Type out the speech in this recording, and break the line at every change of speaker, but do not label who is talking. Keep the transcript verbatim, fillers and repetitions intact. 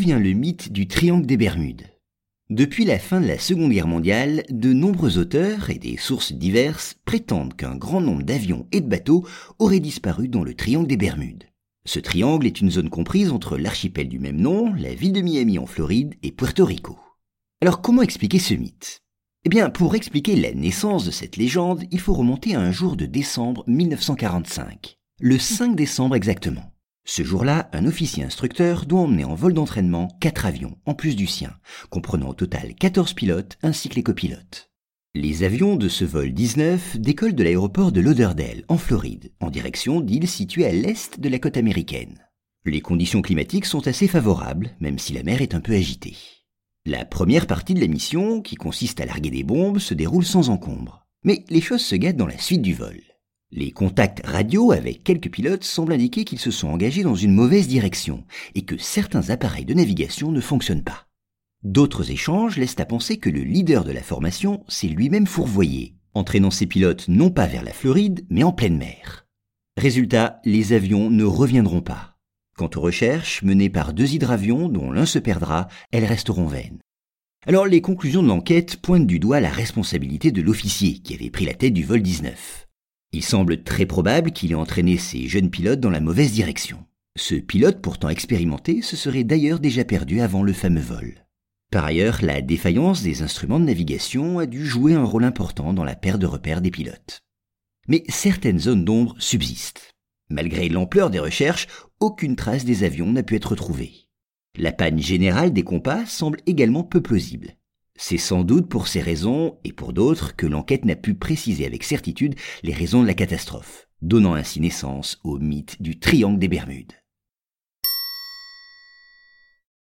vient le mythe du triangle des Bermudes. Depuis la fin de la Seconde Guerre mondiale, de nombreux auteurs et des sources diverses prétendent qu'un grand nombre d'avions et de bateaux auraient disparu dans le triangle des Bermudes. Ce triangle est une zone comprise entre l'archipel du même nom, la ville de Miami en Floride et Puerto Rico. Alors comment expliquer ce mythe ? Eh bien, pour expliquer la naissance de cette légende, il faut remonter à un jour de décembre mille neuf cent quarante-cinq, le cinq décembre exactement. Ce jour-là, un officier instructeur doit emmener en vol d'entraînement quatre avions, en plus du sien, comprenant au total quatorze pilotes ainsi que les copilotes. Les avions de ce vol dix-neuf décollent de l'aéroport de Lauderdale, en Floride, en direction d'îles situées à l'est de la côte américaine. Les conditions climatiques sont assez favorables, même si la mer est un peu agitée. La première partie de la mission, qui consiste à larguer des bombes, se déroule sans encombre. Mais les choses se gâtent dans la suite du vol. Les contacts radio avec quelques pilotes semblent indiquer qu'ils se sont engagés dans une mauvaise direction et que certains appareils de navigation ne fonctionnent pas. D'autres échanges laissent à penser que le leader de la formation s'est lui-même fourvoyé, entraînant ses pilotes non pas vers la Floride, mais en pleine mer. Résultat, les avions ne reviendront pas. Quant aux recherches, menées par deux hydravions dont l'un se perdra, elles resteront vaines. Alors les conclusions de l'enquête pointent du doigt la responsabilité de l'officier qui avait pris la tête du vol dix-neuf. Il semble très probable qu'il ait entraîné ses jeunes pilotes dans la mauvaise direction. Ce pilote pourtant expérimenté se serait d'ailleurs déjà perdu avant le fameux vol. Par ailleurs, la défaillance des instruments de navigation a dû jouer un rôle important dans la perte de repères des pilotes. Mais certaines zones d'ombre subsistent. Malgré l'ampleur des recherches, aucune trace des avions n'a pu être retrouvée. La panne générale des compas semble également peu plausible. C'est sans doute pour ces raisons, et pour d'autres, que l'enquête n'a pu préciser avec certitude les raisons de la catastrophe, donnant ainsi naissance au mythe du triangle des Bermudes.